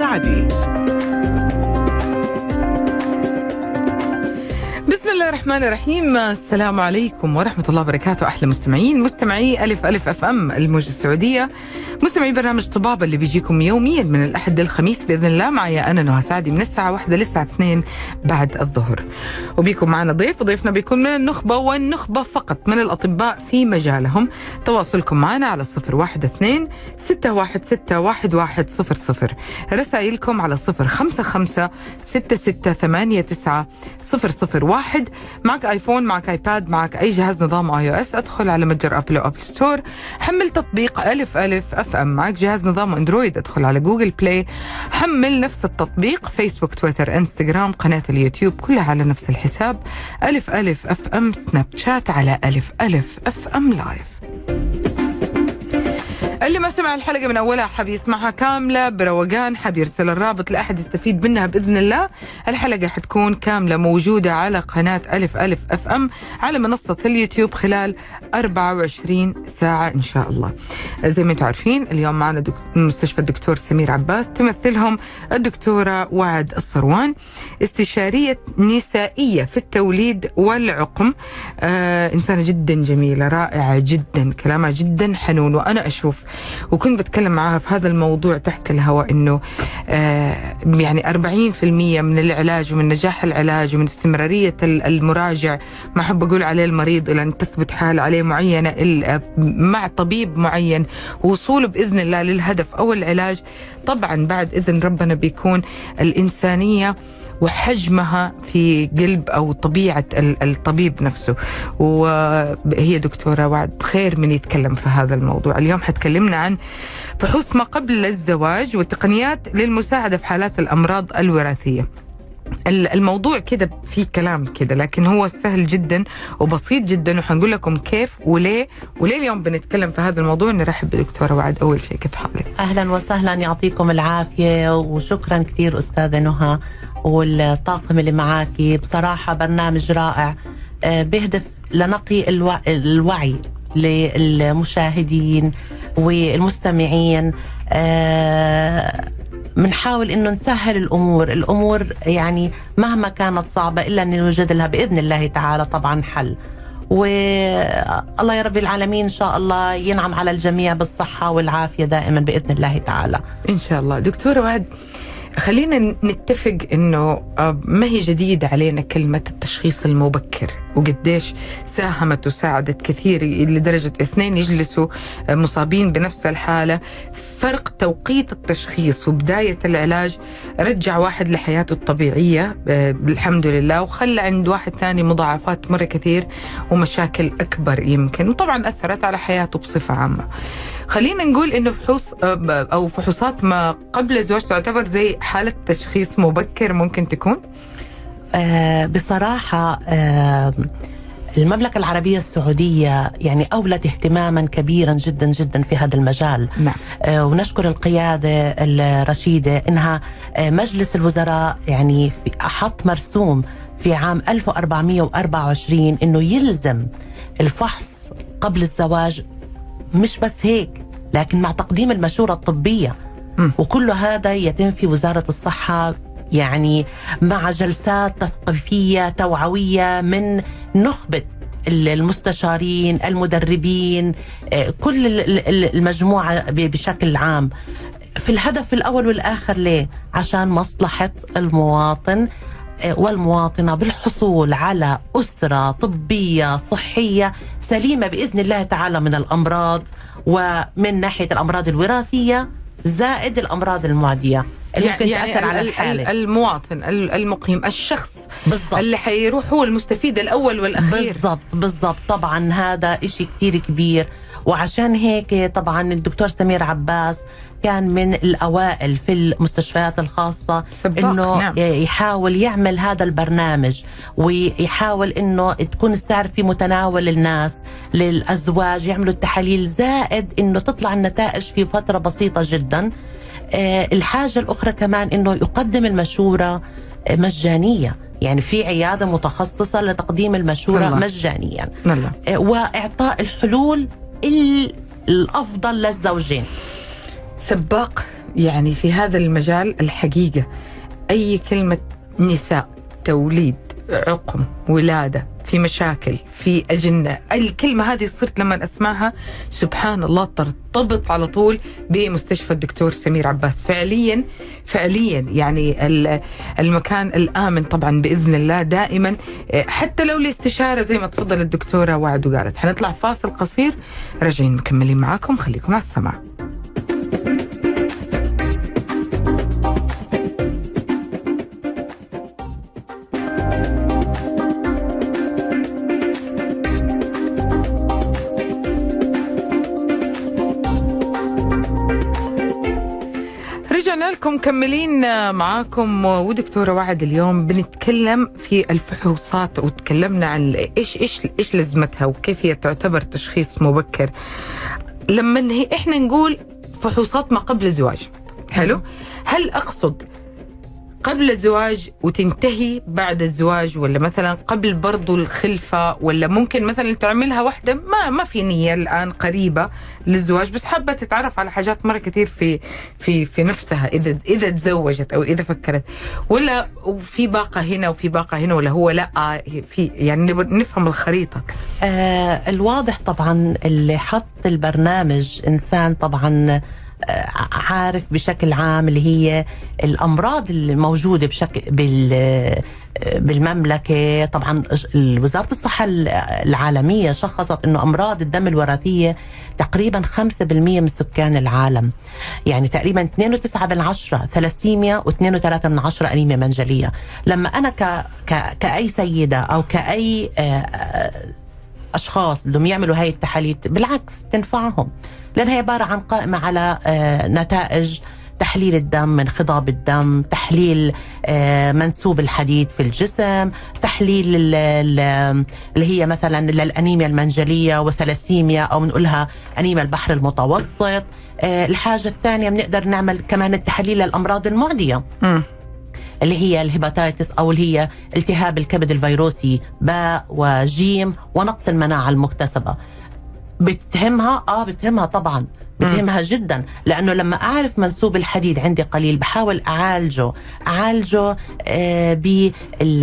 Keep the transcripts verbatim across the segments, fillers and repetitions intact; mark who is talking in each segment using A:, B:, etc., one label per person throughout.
A: السعدي. بسم الله الرحمن الرحيم. السلام عليكم ورحمة الله وبركاته. أحلى مستمعين مستمعي ألف ألف أف أم الموجة السعودية، مستمعي برنامج طبابة اللي بيجيكم يوميا من الأحد للخميس بإذن الله. معي أنا نهى سعدي من الساعة واحدة للساعة اثنين بعد الظهر، وبيكم معنا ضيف، وضيفنا بيكون من النخبة، والنخبة فقط من الأطباء في مجالهم. تواصلكم معنا على صفر واحد اثنين ستة واحد ستة واحد واحد صفر صفر، رسائلكم على صفر خمسة خمسة ستة ستة ثمانية تسعة صفر صفر واحد. معك ايفون، معك ايباد، معك اي جهاز نظام اي او اس، ادخل على متجر ابل او ابل ستور، حمل تطبيق الف الف اف ام. معك جهاز نظام اندرويد، ادخل على جوجل بلاي، حمل نفس التطبيق. فيسبوك، تويتر، انستغرام، قناة اليوتيوب كلها على نفس الحساب الف الف اف ام. سناب شات على الف الف اف ام لايف. اللي ما سمع الحلقة من أولها حاب يسمعها كاملة بروقان، حاب يرسل الرابط لأحد يستفيد منها بإذن الله. الحلقة حتكون كاملة موجودة على قناة ألف ألف أف أم على منصة اليوتيوب خلال أربعة وعشرين ساعة إن شاء الله. زي ما انتم عارفين اليوم معنا دك... مستشفى الدكتور سمير عباس، تمثلهم الدكتورة وعد الصروان، استشارية نسائية في التوليد والعقم. آه إنسانة جدا جميلة، رائعة جدا، كلامها جدا حنون. وأنا أشوف وكنت بتكلم معها في هذا الموضوع تحت الهواء انه آه يعني أربعين بالمئة من العلاج ومن نجاح العلاج ومن استمرارية المراجع، ما أحب أقول عليه المريض إلى أن تثبت حال عليه معينة مع طبيب معين، وصوله بإذن الله للهدف أو العلاج. طبعا بعد إذن ربنا بيكون الإنسانية وحجمها في قلب أو طبيعة الطبيب نفسه. وهي دكتورة وعد خير من يتكلم في هذا الموضوع. اليوم حتكلمنا عن بحوث ما قبل الزواج والتقنيات للمساعدة في حالات الأمراض الوراثية. الموضوع كده فيه كلام كده، لكن هو سهل جدا وبسيط جدا، وحنقول لكم كيف وليه. وليه اليوم بنتكلم في هذا الموضوع. نرحب بدكتورة وعد. أول شيء كيف حالك؟
B: أهلا وسهلا، يعطيكم العافية، وشكرا كثير أستاذة نهى والطاقم اللي معاكي. بصراحة برنامج رائع بيهدف لنقي الوع... الوعي للمشاهدين والمستمعين. بنحاول انه نسهل الامور الامور يعني مهما كانت صعبة الا ان نوجد لها باذن الله تعالى طبعا حل. والله يا رب العالمين ان شاء الله ينعم على الجميع بالصحة والعافية دائما باذن الله تعالى
A: ان شاء الله. دكتورة وعد، خلينا نتفق انه ما هي جديدة علينا كلمة التشخيص المبكر، وقديش ساهمت وساعدت كثير لدرجة اثنين يجلسوا مصابين بنفس الحالة. فرق توقيت التشخيص وبداية العلاج رجع واحد لحياته الطبيعية الحمد لله، وخلى عند واحد ثاني مضاعفات مرة كثير ومشاكل أكبر يمكن، وطبعا أثرت على حياته بصفة عامة. خلينا نقول إنه فحوص أو فحوصات ما قبل الزواج تعتبر زي حالة تشخيص مبكر ممكن تكون؟
B: آه بصراحة آه المملكة العربية السعودية يعني أولت اهتماما كبيرا جدا جدا في هذا المجال.
A: نعم.
B: آه ونشكر القيادة الرشيدة إنها آه مجلس الوزراء يعني حط مرسوم في عام ألف وأربعمئة وأربعة وعشرين إنه يلزم الفحص قبل الزواج. مش بس هيك، لكن مع تقديم المشورة الطبية. م. وكل هذا يتم في وزارة الصحة يعني مع جلسات تثقيفية توعوية من نخبة المستشارين المدربين، كل المجموعة بشكل عام، في الهدف الأول والآخر. ليه؟ عشان مصلحة المواطن والمواطنة بالحصول على أسرة طبية صحية سليمة بإذن الله تعالى من الأمراض، ومن ناحية الأمراض الوراثية زائد الأمراض المعدية اللي
A: يعني, يعني على الحالة. المواطن المقيم الشخص بالضبط اللي حيروح هو المستفيد الأول والأخير.
B: بالضبط بالضبط. طبعا هذا إشي كتير كبير، وعشان هيك طبعا الدكتور سمير عباس كان من الأوائل في المستشفيات الخاصة إنه نعم. يحاول يعمل هذا البرنامج، ويحاول إنه تكون السعر في متناول الناس للأزواج، يعملوا التحاليل، زائد إنه تطلع النتائج في فترة بسيطة جدا. آه الحاجة الأخرى كمان إنه يقدم المشورة مجانية، يعني في عيادة متخصصة لتقديم المشورة الله. مجانيا الله. آه وإعطاء الحلول الأفضل للزوجين.
A: سباق يعني في هذا المجال الحقيقة أي كلمة نساء، توليد، عقم، ولادة، في مشاكل، في أجنة، الكلمة هذه صرت لما أسمعها سبحان الله ترتبط على طول بمستشفى الدكتور سمير عباس. فعليا فعليا يعني المكان الآمن طبعا بإذن الله دائما، حتى لو الاستشارة زي ما تفضل الدكتورة وعد وقالت. حنطلع فاصل قصير، راجعين مكملين معاكم، خليكم على السماع. رجعنا لكم مكملين معاكم ودكتورة وعد. اليوم بنتكلم في الفحوصات، وتكلمنا عن ايش ايش ايش لازمتها وكيف هي تعتبر تشخيص مبكر. لما هي احنا نقول فحوصات ما قبل الزواج، حلو، هل اقصد قبل الزواج وتنتهي بعد الزواج، ولا مثلا قبل برضو الخلفة، ولا ممكن مثلا تعملها واحدة ما ما في نية الآن قريبة للزواج بس حابة تتعرف على حاجات مرة كتير في في في نفسها إذا إذا تزوجت أو إذا فكرت، ولا في باقة هنا وفي باقة هنا، ولا هو لا في يعني نفهم الخريطة.
B: آه الواضح طبعا اللي حط البرنامج إنسان طبعا عارف بشكل عام اللي هي الأمراض الموجودة بشكل بالمملكة. طبعا وزارة الصحة العالمية شخصت أنه أمراض الدم الوراثية تقريبا خمسة بالمئة من سكان العالم، يعني تقريبا اثنين وتسعة من عشرة ثلاثيميا واثنين وثلاثة من عشرة أنيميا منجلية. لما أنا ك... ك... كأي سيدة أو كأي أشخاص بدهم يعملوا هاي التحاليل بالعكس تنفعهم، لأن هي عبارة عن قائمة على نتائج تحليل الدم، انخضاب الدم، تحليل منسوب الحديد في الجسم، تحليل اللي هي مثلا للأنيميا المنجلية وثلاثيميا أو بنقولها أنيميا البحر المتوسط. الحاجة الثانية بنقدر نعمل كمان التحليل للأمراض المعدية م. اللي هي الهيباتيتس أو اللي هي التهاب الكبد الفيروسي باء وجيم ونقص المناعة المكتسبة. بتهمها اه بتهمها طبعا بتهمها جدا، لانه لما اعرف منسوب الحديد عندي قليل بحاول اعالجه اعالجه آه ب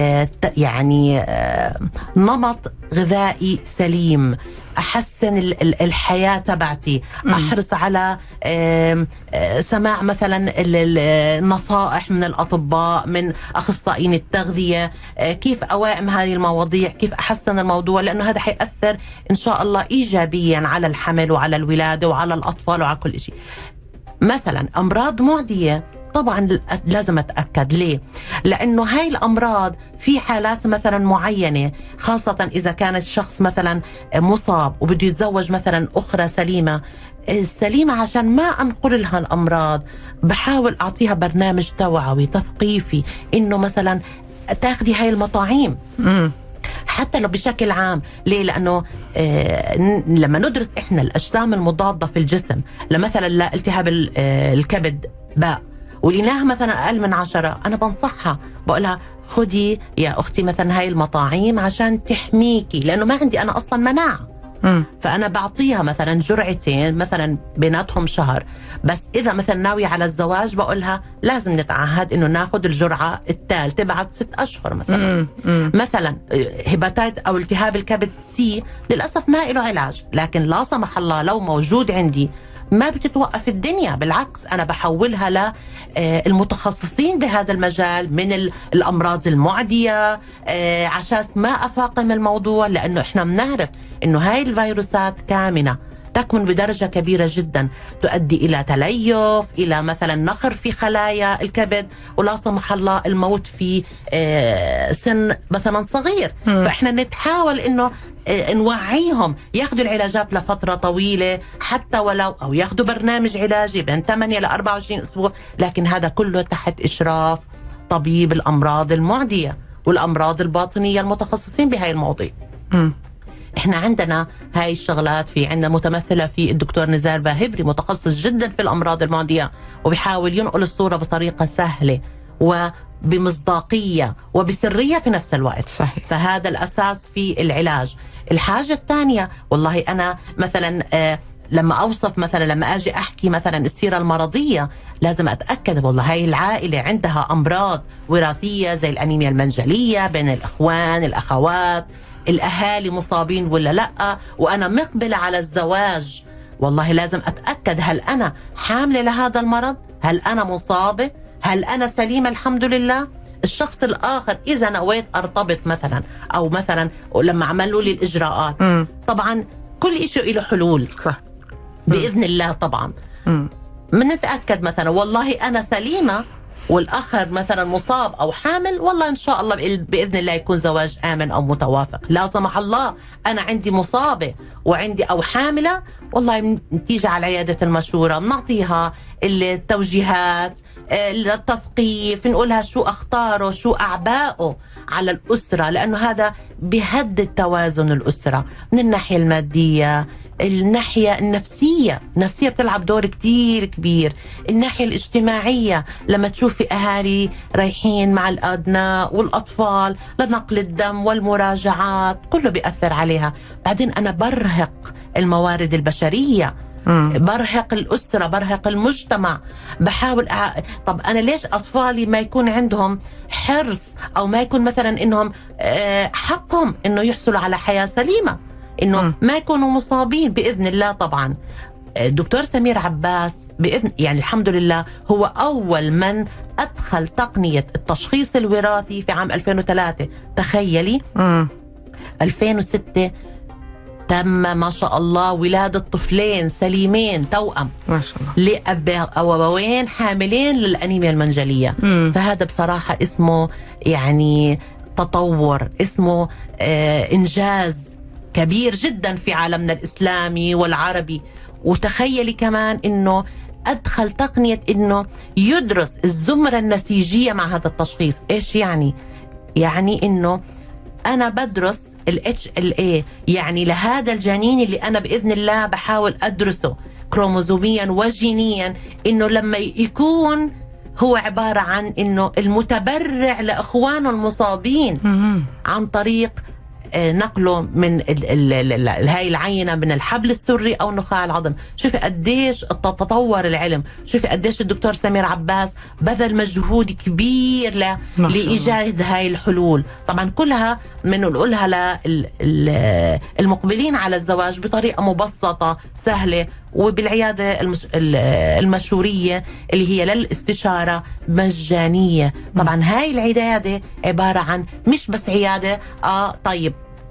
B: يعني آه نمط غذائي سليم، احسن الحياه تبعتي، احرص على آه آه سماع مثلا النصائح من الاطباء من اخصائيين التغذيه، آه كيف اوائم هذه المواضيع، كيف احسن الموضوع، لانه هذا حيأثر ان شاء الله ايجابيا على الحمل وعلى الولاده وعلى الاطفال وعلى كل شيء. مثلا امراض معديه طبعا لازم اتاكد ليه، لانه هاي الامراض في حالات مثلا معينه، خاصه اذا كان الشخص مثلا مصاب وبده يتزوج مثلا اخرى سليمه السليمه، عشان ما انقل لها الامراض بحاول اعطيها برنامج توعوي تثقيفي انه مثلا تاخدي هاي المطاعيم م. حتى لو بشكل عام. ليه؟ لأنه آه لما ندرس إحنا الأجسام المضادة في الجسم لمثلا لالتهاب آه الكبد باء ولقيناها مثلا أقل من عشرة، أنا بنصحها بقولها خدي يا أختي مثلا هاي المطاعيم عشان تحميكي، لأنه ما عندي أنا أصلا مناعة م. فأنا بعطيها مثلا جرعتين مثلا بيناتهم شهر، بس إذا مثلا ناوية على الزواج بقولها لازم نتعهد إنه ناخد الجرعة الثالثة بعد ست أشهر مثلا م. م. مثلا هيباتيت أو التهاب الكبد سي للأسف ما له علاج، لكن لا سمح الله لو موجود عندي ما بتتوقف الدنيا، بالعكس أنا بحولها للمتخصصين بهذا المجال من الأمراض المعدية عشان ما أفاقم الموضوع، لأنه إحنا بنعرف إنه هاي الفيروسات كامنة تكمن بدرجة كبيرة جدا تؤدي إلى تليف، إلى مثلا نخر في خلايا الكبد، ولا سمح الله الموت في سن مثلا صغير. م. فإحنا نتحاول إنه نوعيهم ياخذوا العلاجات لفترة طويلة حتى ولو أو ياخذوا برنامج علاجي بين ثمانية إلى أربعة وعشرين أسبوع، لكن هذا كله تحت إشراف طبيب الأمراض المعدية والأمراض الباطنية المتخصصين بهاي المواضيع. م. احنا عندنا هاي الشغلات، في عندنا متمثلة في الدكتور نزار باهبري متخصص جدا في الأمراض المعدية وبيحاول ينقل الصورة بطريقة سهلة وبمصداقية وبسرية في نفس الوقت.
A: صحيح.
B: فهذا الأساس في العلاج. الحاجة الثانية والله أنا مثلا لما أوصف مثلا، لما أجي أحكي مثلا السيرة المرضية، لازم أتأكد والله هاي العائلة عندها أمراض وراثية زي الأنيميا المنجلية بين الإخوان الأخوات، الأهالي مصابين ولا لأ، وأنا مقبلة على الزواج، والله لازم أتأكد هل أنا حاملة لهذا المرض، هل أنا مصابة، هل أنا سليمة الحمد لله. الشخص الآخر إذا نويت أرتبط مثلا، أو مثلا لما عملوا لي الإجراءات، م. طبعا كل شيء له حلول بإذن الله. طبعا بنتأكد مثلا والله أنا سليمة والآخر مثلا مصاب أو حامل، والله إن شاء الله بإذن الله يكون زواج آمن أو متوافق. لا سمح الله أنا عندي مصابة وعندي أو حاملة، والله نتيجة على عيادة المشورة بنعطيها التوجيهات، التثقيف، نقولها شو أخطاره شو أعبائه على الأسرة، لأنه هذا بيهدد توازن الأسرة من الناحية المادية، الناحية النفسية، النفسية بتلعب دور كتير كبير، الناحية الاجتماعية لما تشوفي أهالي رايحين مع الأبناء والأطفال لنقل الدم والمراجعات، كله بيأثر عليها. بعدين أنا برهق الموارد البشرية، مم. برهق الأسرة، برهق المجتمع، بحاول أع... طب أنا ليش أطفالي ما يكون عندهم حرص، أو ما يكون مثلا إنهم أه حقهم إنه يحصلوا على حياة سليمة، إنه مم. ما يكونوا مصابين بإذن الله. طبعا الدكتور سمير عباس بإذن يعني الحمد لله هو أول من أدخل تقنية التشخيص الوراثي في عام ألفين وثلاثة. تخيلي مم. ألفين وستة تم ما شاء الله ولادة طفلين سليمين توأم
A: ما شاء الله
B: لأبوين حاملين للأنيميا المنجلية. مم. فهذا بصراحة اسمه يعني تطور، اسمه آه إنجاز كبير جدا في عالمنا الإسلامي والعربي. وتخيلي كمان إنه أدخل تقنية إنه يدرس الزمرة النسيجية مع هذا التشخيص. إيش يعني؟ يعني إنه أنا بدرس ال إتش إل إيه، يعني لهذا الجنين اللي أنا بإذن الله بحاول أدرسه كروموزوميا وجينيا، إنه لما يكون هو عبارة عن إنه المتبرع لإخوانه المصابين عن طريق نقله من هاي العينة من الحبل السري أو نخاع العظم. شوفي قديش تطور العلم، شوفي قديش الدكتور سمير عباس بذل مجهود كبير ل... لإيجاد هاي الحلول. طبعا كلها من نقولها للمقبلين على الزواج بطريقة مبسطة سهلة، وبالعيادة المشورية اللي هي للاستشارة مجانية. طبعا هاي العيادة عبارة عن مش بس عيادة اه طيب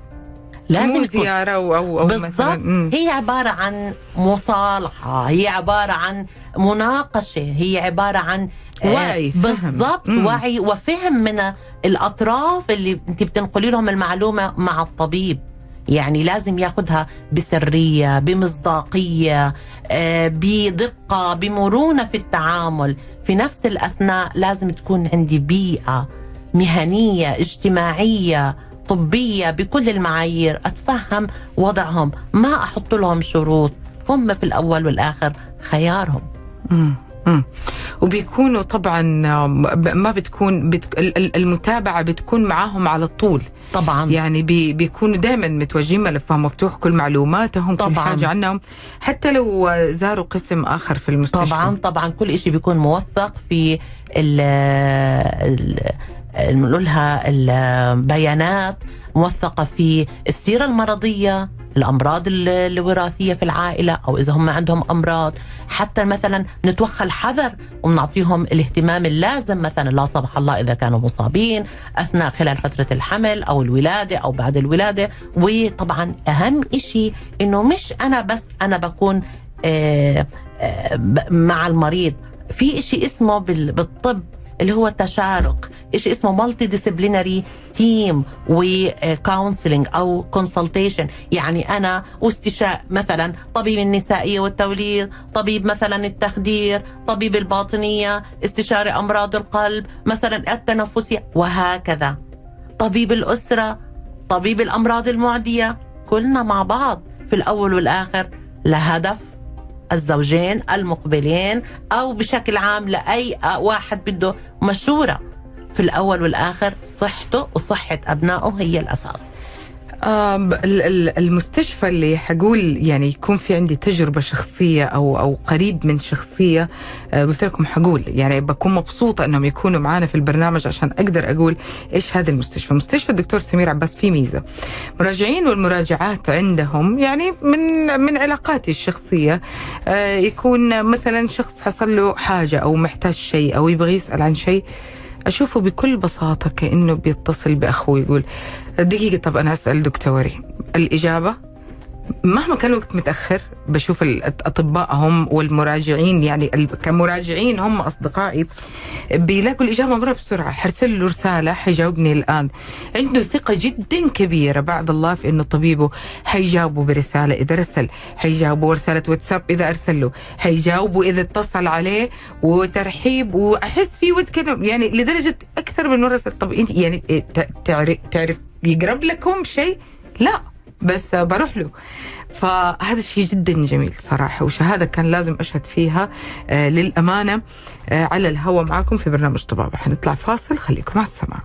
A: مو زيارة أو, أو, أو
B: بالضبط، هي عبارة عن مصالحة، هي عبارة عن مناقشة، هي عبارة عن
A: وعي،
B: بالضبط وعي وفهم من الأطراف اللي انت بتنقلي لهم المعلومة مع الطبيب. يعني لازم ياخدها بسرية، بمصداقية، آه، بدقة، بمرونة في التعامل. في نفس الأثناء لازم تكون عندي بيئة مهنية اجتماعية طبية بكل المعايير، أتفهم وضعهم، ما أحط لهم شروط، هم في الأول والآخر خيارهم.
A: مم. مم. وبيكونوا طبعا ما بتكون بت... المتابعة بتكون معاهم على طول
B: طبعا،
A: يعني بي... بيكونوا دائما متوجهين ملفهم مفتوح، كل معلوماتهم طبعا، كل حاجة عنهم، حتى لو زاروا قسم آخر في المستشفى.
B: طبعا طبعا كل إشي بيكون موثق في ال ال نقولها البيانات، موثقة في السيرة المرضية، الأمراض الوراثية في العائلة، أو إذا هم عندهم أمراض، حتى مثلا نتوخى الحذر ونعطيهم الاهتمام اللازم، مثلا لا سمح الله إذا كانوا مصابين أثناء خلال فترة الحمل أو الولادة أو بعد الولادة. وطبعا أهم إشي إنه مش أنا بس أنا بكون آآ آآ مع المريض، في إشي اسمه بالطب اللي هو التشارك، إشي اسمه مالتي ديسيبلينري تيم وكونسلينج أو كونسلتيشن. يعني أنا واستشاء مثلا طبيب النسائية والتوليد، طبيب مثلا التخدير، طبيب الباطنية، استشاري أمراض القلب مثلا التنفسية، وهكذا طبيب الأسرة، طبيب الأمراض المعدية، كلنا مع بعض في الأول والآخر لهدف الزوجين المقبلين، أو بشكل عام لأي واحد بده مشورة. في الأول والآخر صحته وصحة أبنائه هي الأساس.
A: آه المستشفى اللي حقول يعني يكون في عندي تجربة شخصية أو أو قريب من شخصية، آه قلت لكم حقول يعني بكون مبسوطة أنهم يكونوا معانا في البرنامج عشان أقدر أقول إيش هذا المستشفى. مستشفى الدكتور سمير عباس في ميزة، مراجعين والمراجعات عندهم يعني من من علاقاتي الشخصية، آه يكون مثلا شخص حصل له حاجة أو محتاج شيء أو يبغى يسأل عن شيء، أشوفه بكل بساطة كأنه بيتصل بأخوه يقول دقيقة طب أنا أسأل دكتوري. الإجابة مهما كان الوقت متأخر بشوف الأطباء هم والمراجعين يعني كمراجعين هم أصدقائي بيلاقوا الإجابة مرة بسرعة، حرسل له رسالة حيجاوبني الآن، عنده ثقة جدا كبيرة بعد الله في إنه طبيبه حيجاوبه برسالة إذا رسل، حيجاوبه رسالة واتساب إذا أرسل له، حيجاوبه إذا اتصل عليه وترحيب، وأحس في ود كده يعني لدرجة أكثر من مرة. طب أنت يعني تعرف تعرف يقرب لكم شيء؟ لا بس بروح له. فهذا الشيء جدا جميل صراحة، وشهادة كان لازم أشهد فيها آه للأمانة آه على الهواء معكم في برنامج طبابة. حنطلع فاصل، خليكم مع السماع.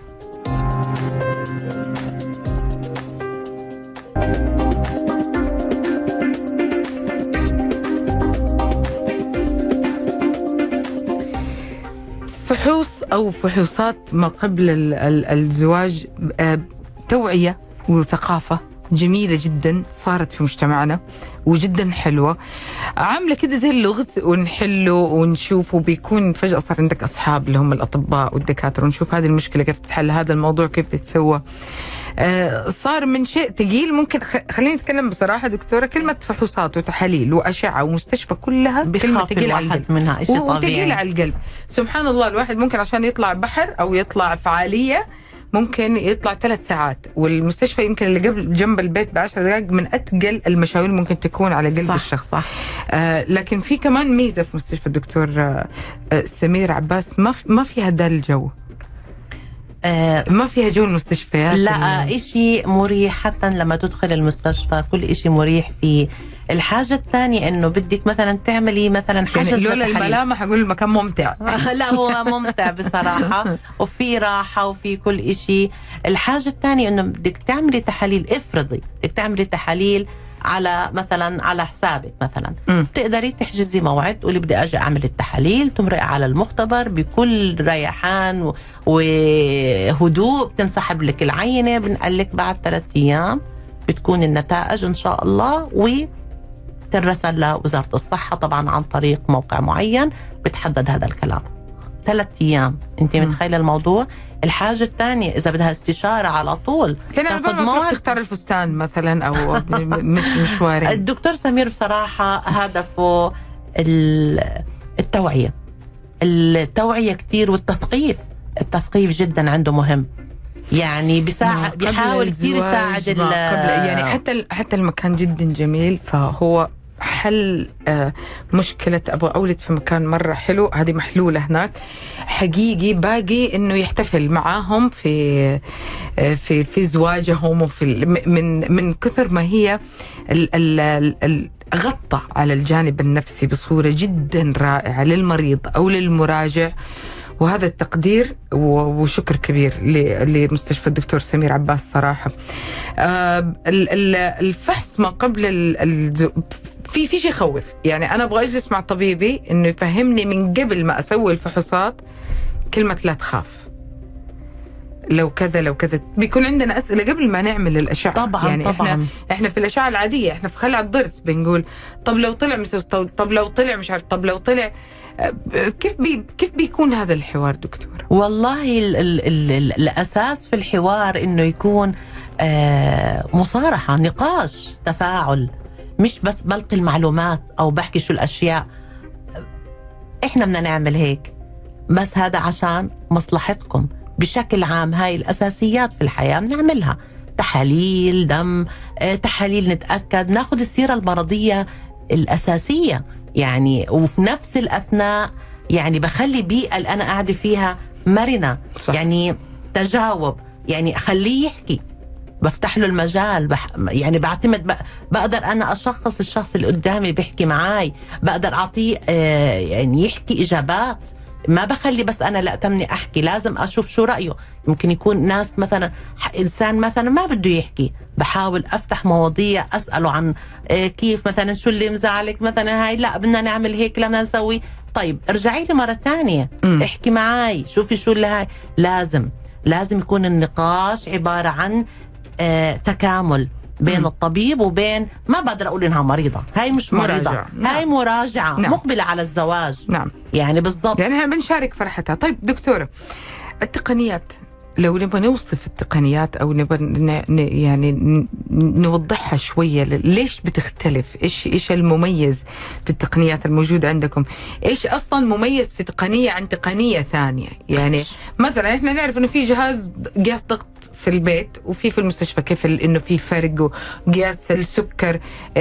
A: فحوص أو فحوصات ما قبل الزواج آه توعية وثقافة جميلة جدا صارت في مجتمعنا وجدا حلوة، عاملة كده زي اللغز ونحله ونشوفه. بيكون فجأة صار عندك أصحاب اللي هم الأطباء والدكاترة ونشوف هذه المشكلة كيف تتحل، هذا الموضوع كيف يتسوى. آه صار من شيء ثقيل. ممكن خليني أتكلم بصراحة دكتورة، كلمة فحوصات وتحاليل وأشعة ومستشفى كلها كلمة ثقيلة على القلب
B: منها،
A: وثقيلة على القلب. سبحان الله، الواحد ممكن عشان يطلع بحر أو يطلع فعالية ممكن يطلع ثلاث ساعات، والمستشفى يمكن اللي قبل جنب البيت بعشر دقائق، من أثقل المشاوير ممكن تكون على قلب
B: صح
A: الشخص.
B: صح.
A: آه لكن في كمان ميزة في مستشفى الدكتور آه سمير عباس، ما ما فيها ده الجو، آه ما فيها جو المستشفيات.
B: لا إشي مريح حتى لما تدخل المستشفى، كل إشي مريح فيه. الحاجة الثانية إنه بدك مثلا تعملي مثلا حاجة
A: يعني لولا الملامح أقول المكان ممتع.
B: لا هو ممتع بصراحة، وفي راحة وفي كل إشي. الحاجة الثانية إنه بدك تعملي تحاليل، افرضي بدك تعملي تحاليل على مثلا على حسابك مثلا، م. تقدري تحجزي موعد واللي بدي أجي أعمل التحاليل، تمرق على المختبر بكل ريحان وهدوء، بتنسحب لك العينة، بنقلك بعد ثلاث أيام بتكون النتائج إن شاء الله، و ترسل لوزارة الصحة طبعا عن طريق موقع معين بتحدد هذا الكلام. ثلاث أيام، أنت متخيلة الموضوع؟ الحاجة الثانية إذا بدها استشارة على طول،
A: كان ما تختار الفستان مثلا أو مشواري.
B: الدكتور سمير بصراحة هدفه التوعية، التوعية كتير، والتثقيف، التثقيف جدا عنده مهم. يعني بيساعد، بيحاول كثير يساعد
A: يعني حتى حتى المكان جدا جميل، فهو حل آه مشكلة أبغى أولد في مكان مرة حلو، هذه محلولة هناك حقيقي. باقي إنه يحتفل معاهم في آه في في زواجهم، وفي من من كثر ما هي ال ال ال غطى على الجانب النفسي بصورة جدا رائعة للمريض أو للمراجع، وهذا التقدير وشكر كبير لمستشفى الدكتور سمير عباس صراحة. آه الفحص ما قبل في في شيء يخوف، يعني أنا أبغى أجلس مع طبيبي إنه يفهمني من قبل ما أسوي الفحوصات كلمة لا تخاف، لو كذا لو كذا. بيكون عندنا أسئلة قبل ما نعمل الأشعة
B: طبعا
A: يعني
B: طبعا.
A: إحنا إحنا في الأشعة العادية إحنا في خلع الضرس بنقول طب لو طلع مثل طب, طب لو طلع مش عارف طب لو طلع كيف بي كيف بيكون هذا الحوار دكتور؟
B: والله ال ال ال الأساس في الحوار إنه يكون آه مصارحة، نقاش، تفاعل، مش بس بلقي المعلومات أو بحكي شو الأشياء. إحنا بدنا نعمل هيك بس هذا عشان مصلحتكم بشكل عام. هاي الأساسيات في الحياة بنعملها، تحاليل دم، آه تحاليل، نتأكد، ناخد السيرة المرضية الأساسية يعني، وفي نفس الأثناء يعني بخلي بيئة اللي أنا قاعدة فيها مرنة صح. يعني تجاوب، يعني أخليه يحكي، بفتح له المجال، بح يعني بعتمد، بقدر أنا أشخص الشخص اللي قدامي بيحكي معاي، بقدر أعطيه آه يعني يحكي إجابات ما بخلي بس أنا لا تمني أحكي، لازم أشوف شو رأيه. ممكن يكون ناس مثلا إنسان مثلا ما بده يحكي، بحاول أفتح مواضيع أسأله عن كيف مثلا شو اللي مزعلك مثلا، هاي لا بدنا نعمل هيك لا بدنا نسوي، طيب ارجعي لي مرة ثانية احكي معاي شوفي شو اللي هاي. لازم لازم يكون النقاش عبارة عن آه تكامل بين م. الطبيب وبين، ما بقدر اقول انها مريضه، هاي مش مريضه،
A: مراجعة.
B: هاي
A: نعم.
B: مراجعه
A: نعم.
B: مقبله على الزواج.
A: نعم
B: يعني بالضبط،
A: يعني احنا بنشارك فرحتها. طيب دكتوره، التقنيات لو نبغى نوصف التقنيات او نبغى يعني نوضحها شويه، ليش بتختلف؟ ايش ايش المميز في التقنيات الموجوده عندكم؟ ايش اصلا مميز في تقنيه عن تقنيه ثانيه؟ يعني مثلا احنا نعرف انه في جهاز قياس ضغط في البيت وفي في المستشفى، كيف انه في فرق، وقياس السكر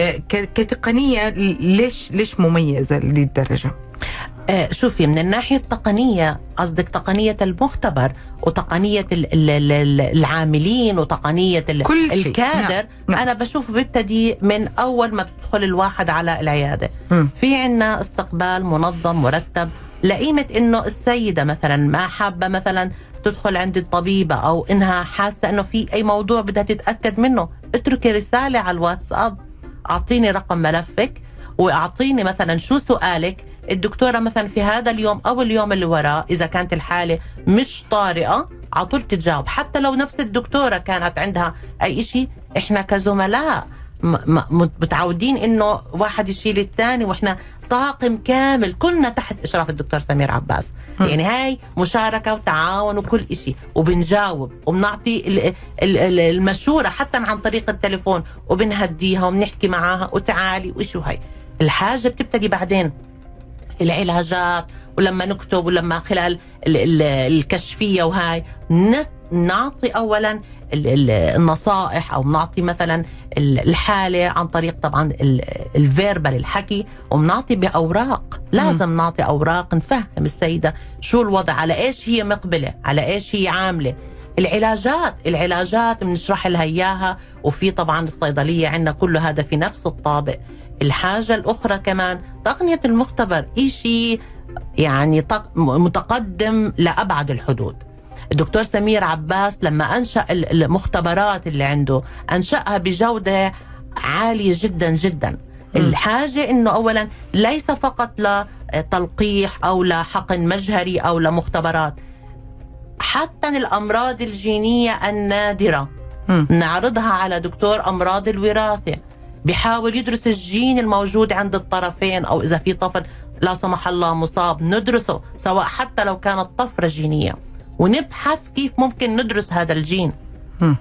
A: كتقنيه ليش ليش مميزه للدرجه؟
B: آه شوفي، من الناحية التقنية قصدك تقنية المختبر وتقنية العاملين وتقنية الكادر. نعم. أنا بشوف بيبتدي من أول ما بتدخل الواحد على العيادة. م. في عنا استقبال منظم مرتب لقيمة إنه السيدة مثلا ما حابة مثلا تدخل عند الطبيبة أو إنها حاسة إنه في أي موضوع بدها تتأكد منه، اتركي رسالة على الواتساب، أعطيني رقم ملفك وأعطيني مثلا شو سؤالك، الدكتورة مثلا في هذا اليوم أو اليوم اللي وراه إذا كانت الحالة مش طارئة على طول تتجاوب. حتى لو نفس الدكتورة كانت عندها أي إشي، إحنا كزملاء متعودين إنه واحد يشيل الثاني، وإحنا طاقم كامل كلنا تحت إشراف الدكتور سمير عباس. م. يعني هاي مشاركة وتعاون وكل إشي، وبنجاوب وبنعطي المشورة حتى عن طريق التليفون، وبنهديها وبنحكي معاها وتعالي وإيش. وهي الحاجة بتبتدي بعدين العلاجات، ولما نكتب ولما خلال الكشفية وهاي نعطي أولا النصائح أو نعطي مثلا الحالة عن طريق طبعا الفيربال الحكي، وبنعطي بأوراق. لازم نعطي أوراق نفهم السيدة شو الوضع، على إيش هي مقبلة، على إيش هي عاملة. العلاجات العلاجات بنشرح لها إياها، وفي طبعا الصيدلية عندنا كل هذا في نفس الطابق. الحاجة الأخرى كمان تقنية المختبر إشي يعني متقدم لأبعد الحدود. الدكتور سمير عباس لما أنشأ المختبرات اللي عنده أنشأها بجودة عالية جدا جدا. الحاجة إنه أولا ليس فقط لتلقيح أو لحقن مجهري أو لمختبرات، حتى الأمراض الجينية النادرة م. نعرضها على دكتور أمراض الوراثة، بيحاول يدرس الجين الموجود عند الطرفين، أو إذا في طفل لا سمح الله مصاب ندرسه، سواء حتى لو كانت طفرة جينية، ونبحث كيف ممكن ندرس هذا الجين م.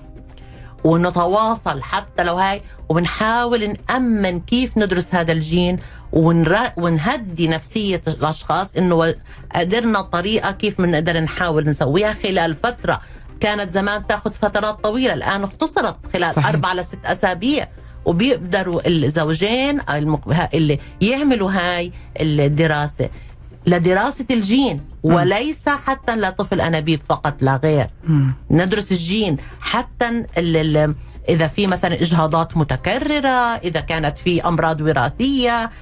B: ونتواصل حتى لو هاي، وبنحاول نأمن كيف ندرس هذا الجين، ونهدي نفسية الأشخاص إنه قدرنا طريقة كيف بنقدر نحاول نسويها خلال فترة كانت زمان تاخذ فترات طويلة، الآن اختصرت خلال صحيح. أربع لست أسابيع، وبيقدروا الزوجين اللي يعملوا هاي الدراسة لدراسة الجين، وليس حتى لطفل أنابيب فقط لا غير. م. ندرس الجين حتى ال ال إذا في مثلا إجهاضات متكررة، إذا كانت في أمراض وراثية،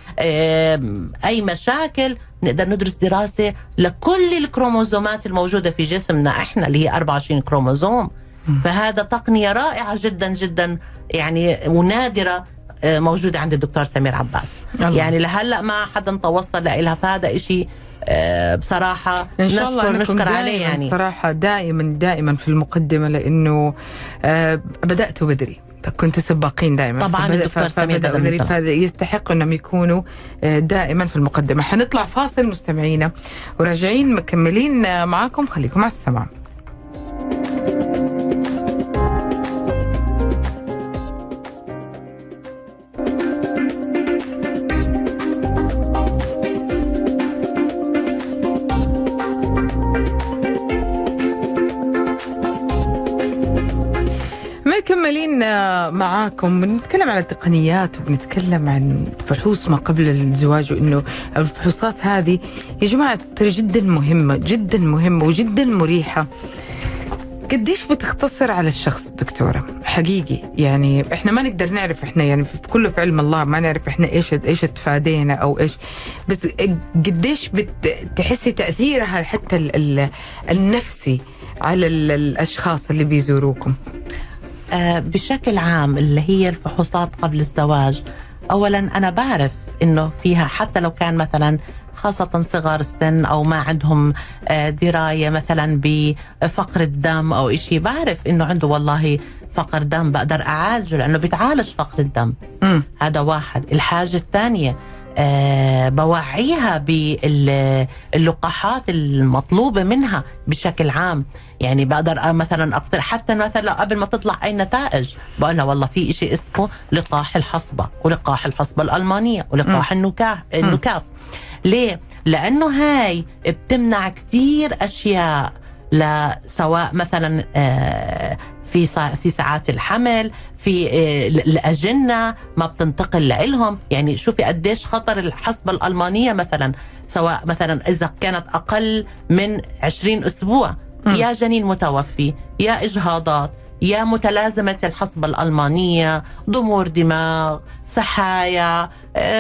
B: أي مشاكل، نقدر ندرس دراسة لكل الكروموزومات الموجودة في جسمنا إحنا اللي هي أربعة وعشرين كروموزوم. م. فهذا تقنية رائعة جدا جدا يعني ونادرة موجودة عند الدكتور سمير عباس. الله. يعني لهلأ ما حدا توصل لها، فهذا إشي بصراحة
A: إن شاء الله
B: نشكر عليه. يعني
A: صراحة دائما دائما في المقدمة، لأنه بدأتوا بدري، كنت سباقين دائما
B: طبعا الدكتور سمير
A: بدري، فهذا يستحق أنهم يكونوا دائما في المقدمة. حنطلع فاصل مستمعينا وراجعين مكملين معاكم، خليكم مع السماع. مكملين معاكم، بنتكلم عن التقنيات وبنتكلم عن فحوص ما قبل الزواج، وإنه الفحوصات هذه يا جماعة ترى جدا مهمة جدا مهمة وجدا مريحة. قديش بتختصر على الشخص دكتورة حقيقي؟ يعني احنا ما نقدر نعرف، احنا يعني في كله في علم الله ما نعرف احنا ايش ايش تفادينا او ايش، بس قديش بتحسي تأثيرها حتى ال ال النفسي على ال الاشخاص اللي بيزوروكم؟
B: آه بشكل عام اللي هي الفحوصات قبل الزواج، اولا انا بعرف انه فيها حتى لو كان مثلا خاصة صغار السن أو ما عندهم دراية مثلا بفقر الدم أو إشي، بعرف إنه عنده والله فقر دم بقدر أعالجه لأنه بيتعالج فقر الدم. م. هذا واحد. الحاجة الثانية أه بوعيها باللقاحات المطلوبة منها بشكل عام. يعني بقدر مثلا أقترح حتى مثلا قبل ما تطلع أي نتائج بقول لها والله في إشي اسمه لقاح الحصبة ولقاح الحصبة الألمانية ولقاح النكاح النكاف. ليه؟ لأنه هاي بتمنع كثير أشياء، سواء مثلا في في ساعات الحمل، في الأجنة ما بتنتقل لإلهم. يعني شوفي قديش خطر الحصبة الألمانية مثلا، سواء مثلا إذا كانت أقل من عشرين أسبوع يا جنين متوفي يا إجهاضات يا متلازمة الحصبة الألمانية، ضمور دماغ، سحايا،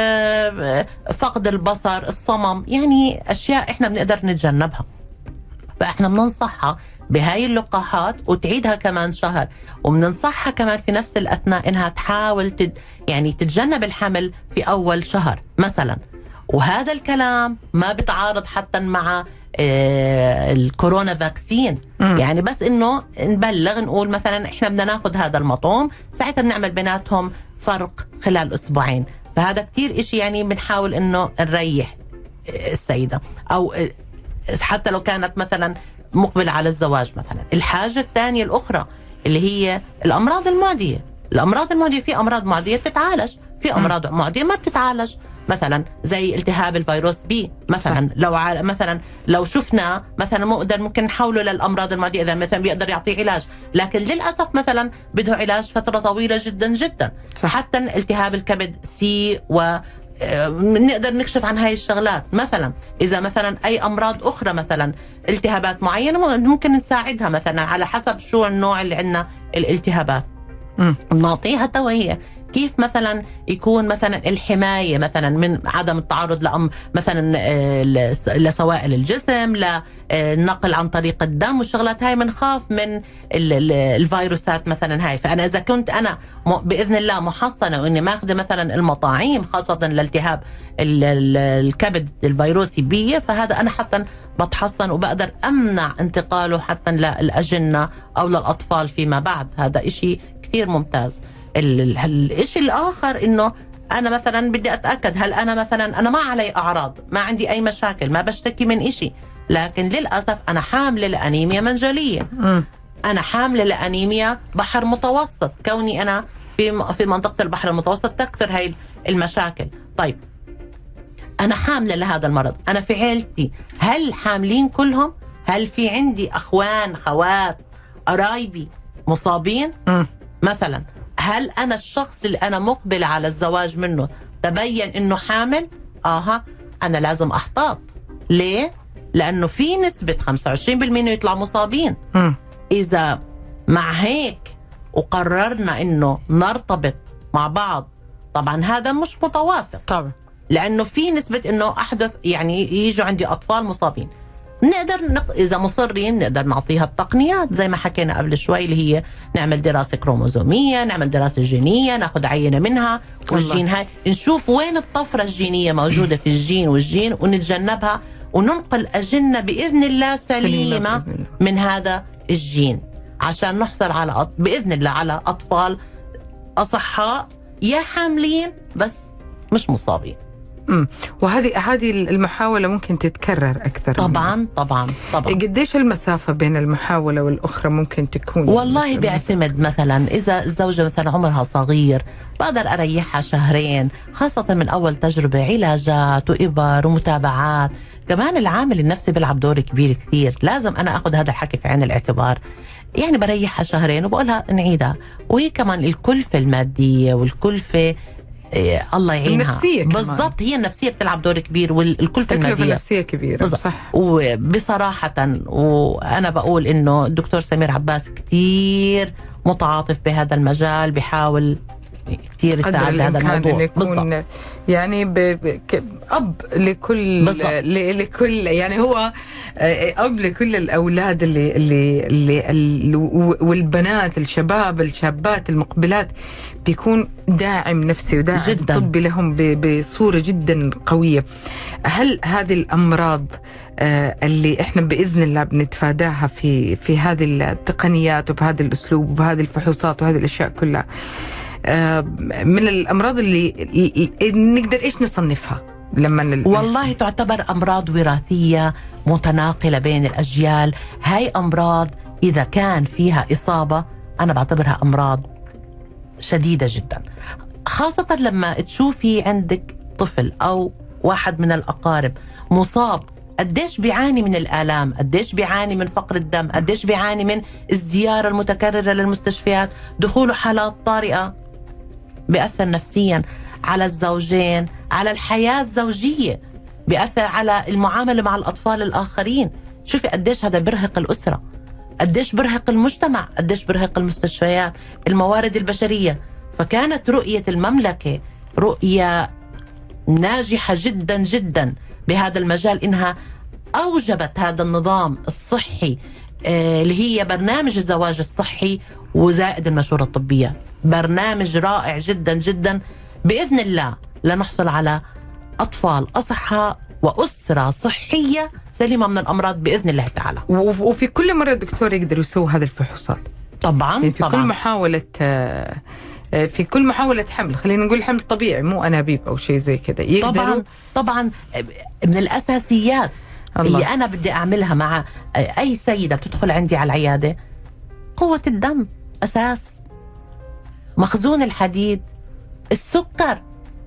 B: فقد البصر، الصمم، يعني أشياء إحنا بنقدر نتجنبها. فإحنا بننصحها بهاي اللقاحات وتعيدها كمان شهر، وبننصحها كمان في نفس الأثناء إنها تحاول تد يعني تتجنب الحمل في أول شهر مثلا. وهذا الكلام ما بتعارض حتى مع آه الكورونا فاكسين. م. يعني بس إنه نبلغ نقول مثلا إحنا بدنا ناخد هذا المطعوم، ساعتها بنعمل بيناتهم فرق خلال أسبوعين. فهذا كتير إشي يعني بنحاول إنه نريح السيدة، أو حتى لو كانت مثلا مقبلة على الزواج مثلا. الحاجة الثانية الأخرى اللي هي الأمراض المعدية. الأمراض المعدية في أمراض معدية بتتعالج، في أمراض م. معدية ما بتتعالج، مثلا زي التهاب الفيروس بي مثلا. لو ع... مثلا لو شفنا مثلا مقدر ممكن نحوله للأمراض المعدية إذا مثلا بيقدر يعطيه علاج، لكن للأسف مثلا بده علاج فترة طويلة جدا جدا. حتى التهاب الكبد سي و نقدر نكشف عن هاي الشغلات. مثلا إذا مثلا أي أمراض أخرى مثلا التهابات معينة ممكن نساعدها مثلا على حسب شو النوع اللي عندنا الالتهابات، نعطيها توعية كيف مثلا يكون مثلا الحماية مثلا من عدم التعرض لأم مثلا لسوائل الجسم، للنقل عن طريق الدم والشغلات هاي. منخاف من الفيروسات مثلا هاي. فأنا إذا كنت أنا بإذن الله محصنة وإني ماخذة مثلا المطاعيم خاصة لالتهاب الكبد الفيروسي بي، فهذا أنا حتى بتحصن وبقدر أمنع انتقاله حتى للأجنة أو للأطفال فيما بعد. هذا إشي كثير ممتاز. الشيء الآخر إنه أنا مثلا بدي أتأكد هل أنا مثلا أنا ما علي أعراض، ما عندي أي مشاكل، ما بشتكي من إشي، لكن للأسف أنا حاملة لأنيميا منجلية. م. أنا حاملة لأنيميا بحر متوسط، كوني أنا في في منطقة البحر المتوسط تكثر هاي المشاكل. طيب أنا حاملة لهذا المرض، أنا في عيلتي هل حاملين كلهم؟ هل في عندي أخوان خوات قرايبي مصابين؟ م. مثلا هل أنا الشخص اللي أنا مقبل على الزواج منه تبين إنه حامل؟ آها أنا لازم أحتاط. ليه؟ لأنه في نسبة خمسة وعشرين بالمئة يطلع مصابين. م. إذا مع هيك وقررنا إنه نرتبط مع بعض، طبعا هذا مش متوافق طبعا، لأنه في نسبة إنه أحدث يعني ييجوا عندي أطفال مصابين. نقدر نق... إذا مصرين نقدر نعطيها التقنيات زي ما حكينا قبل شوي، اللي هي نعمل دراسة كروموزومية، نعمل دراسة جينية، ناخد عينة منها والجين هاي نشوف وين الطفرة الجينية موجودة في الجين والجين ونتجنبها، وننقل أجنة بإذن الله سليمة من هذا الجين، عشان نحصل على بإذن الله على أطفال أصحاء يا حاملين بس مش مصابين.
A: امم وهذه هذه المحاولة ممكن تتكرر أكثر؟
B: طبعا منها. طبعا طبعا.
A: قديش المسافة بين المحاولة والأخرى ممكن تكون؟
B: والله بيعتمد. مثلا إذا الزوجة مثلا عمرها صغير بقدر أريحها شهرين، خاصة من أول تجربة، علاجات وإبر ومتابعات. كمان العامل النفسي بيلعب دور كبير كثير، لازم أنا أخذ هذا الحكي في عين الاعتبار. يعني بريحها شهرين وبقولها نعيدها. وهي كمان الكلفة المادية والكلفة إيه الله يعينها.
A: بالضبط،
B: هي النفسية بتلعب دور كبير والكل في المادية
A: النفسية كبيرة صح.
B: وبصراحة وأنا بقول إنه الدكتور سمير عباس كتير متعاطف بهذا المجال، بيحاول كثير يساعد بهذا الموضوع.
A: يكون يعني ب... ب... أب لكل ل... لكل يعني هو أب لكل الأولاد اللي اللي, اللي... اللي... والبنات الشباب الشابات المقبلات، بيكون داعم نفسي وداعم جداً. طبي لهم ب... بصورة جدا قوية. هل هذه الأمراض اللي احنا بإذن الله بنتفاداها في في هذه التقنيات وبهذا الأسلوب وبهذه الفحوصات وهذه الأشياء كلها من الأمراض اللي نقدر إيش نصنفها لما
B: والله تعتبر أمراض وراثية متناقلة بين الأجيال. هاي أمراض إذا كان فيها إصابة أنا بعتبرها أمراض شديدة جدا، خاصة لما تشوفي عندك طفل أو واحد من الأقارب مصاب، قديش بيعاني من الآلام، قديش بيعاني من فقر الدم، قديش بيعاني من الزيارة المتكررة للمستشفيات، دخوله حالات طارئة، بيأثر نفسيا على الزوجين، على الحياة الزوجية، بيأثر على المعاملة مع الأطفال الآخرين. شوفي قديش هذا برهق الأسرة، قديش برهق المجتمع، قديش برهق المستشفيات، الموارد البشرية. فكانت رؤية المملكة رؤية ناجحة جدا جدا بهذا المجال، إنها أوجبت هذا النظام الصحي آه اللي هي برنامج الزواج الصحي وزائد المشورة الطبية. برنامج رائع جدا جدا، بإذن الله لنحصل على أطفال أصحاء وأسرة صحية سليمة من الأمراض بإذن الله تعالى.
A: وفي كل مرة الدكتور يقدر يسوي هذه الفحوصات
B: طبعا
A: يعني في
B: طبعا.
A: كل محاولة في كل محاولة حمل، خلينا نقول حمل طبيعي مو أنابيب أو شيء زي كده، يقدروا
B: طبعا طبعا. من الأساسيات الله. اللي أنا بدي أعملها مع أي سيدة بتدخل عندي على العيادة، قوة الدم أساس، مخزون الحديد، السكر،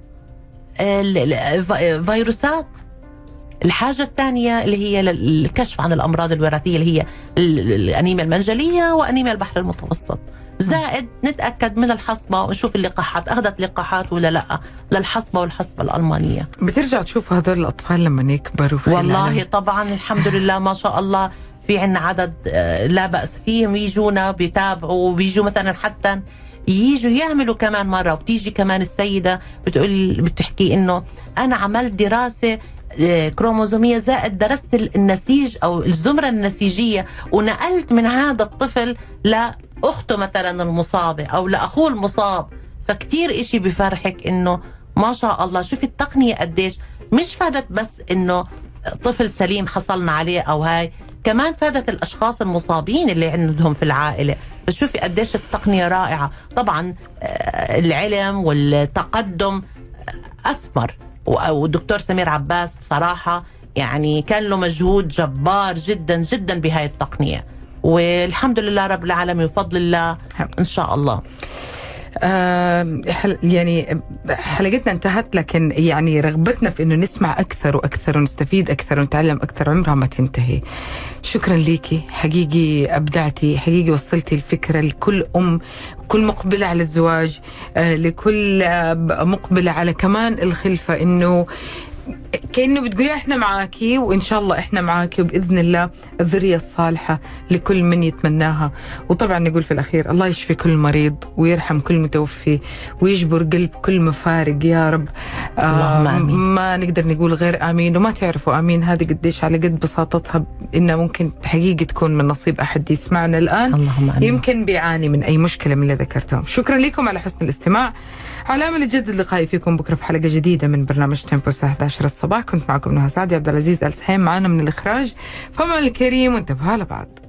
B: الفيروسات. الحاجة الثانية اللي هي الكشف عن الأمراض الوراثية اللي هي الأنيميا المنجلية وأنيميا البحر المتوسط، زائد نتأكد من الحصبة ونشوف اللقاحات أخذت لقاحات ولا لا للحصبة والحصبة الألمانية.
A: بترجع تشوف هذول الأطفال لما يكبروا في
B: والله
A: العالم.
B: طبعا الحمد لله ما شاء الله في عنا عدد لا بأس فيهم، يجونا بيتابعوا وبيجوا مثلا حتى ييجوا يعملوا كمان مرة. وبتيجي كمان السيدة بتقول بتحكي إنه أنا عملت دراسة كروموزومية زائد درست النسيج أو الزمرة النسيجية ونقلت من هذا الطفل لأخته مثلا المصابة أو لأخوه المصاب. فكتير إشي بفرحك إنه ما شاء الله. شوفي التقنية قديش مش فادت بس إنه طفل سليم حصلنا عليه أو هاي، كمان فادت الأشخاص المصابين اللي عندهم في العائلة. فشوفي قديش التقنية رائعة. طبعا العلم والتقدم أثمر، والدكتور سمير عباس صراحة يعني كان له مجهود جبار جدا جدا بهاي التقنية، والحمد لله رب العالمين وفضل الله إن شاء الله.
A: آه يعني حلقتنا انتهت، لكن يعني رغبتنا في انه نسمع اكثر واكثر ونستفيد اكثر ونتعلم اكثر عمرها ما تنتهي. شكرا ليكي، حقيقي ابدعتي، حقيقي وصلتي الفكره لكل ام، كل مقبله على الزواج، آه لكل آه مقبله على كمان الخلفه، انه كأنه بتقولي احنا معاكي وإن شاء الله احنا معاكي، وبإذن الله الذرية الصالحة لكل من يتمناها. وطبعا نقول في الأخير الله يشفي كل مريض ويرحم كل متوفي ويجبر قلب كل مفارق يا رب.
B: آه
A: ما نقدر نقول غير آمين، وما تعرفوا آمين هذه قديش على قد بساطتها إنها ممكن حقيقي تكون من نصيب أحد يسمعنا الآن يمكن بيعاني من أي مشكلة من اللي ذكرتهم. شكرا لكم على حسن الاستماع. على أمل الجد اللقاء فيكم بكرة في حلقة جديدة من برنامج تيمبو الساعة إحدى عشرة الصباح. كنت معكم نهى سعدي. عبد العزيز آل سهيم معنا من الإخراج. فمن الكريم وانتبهوا لبعض.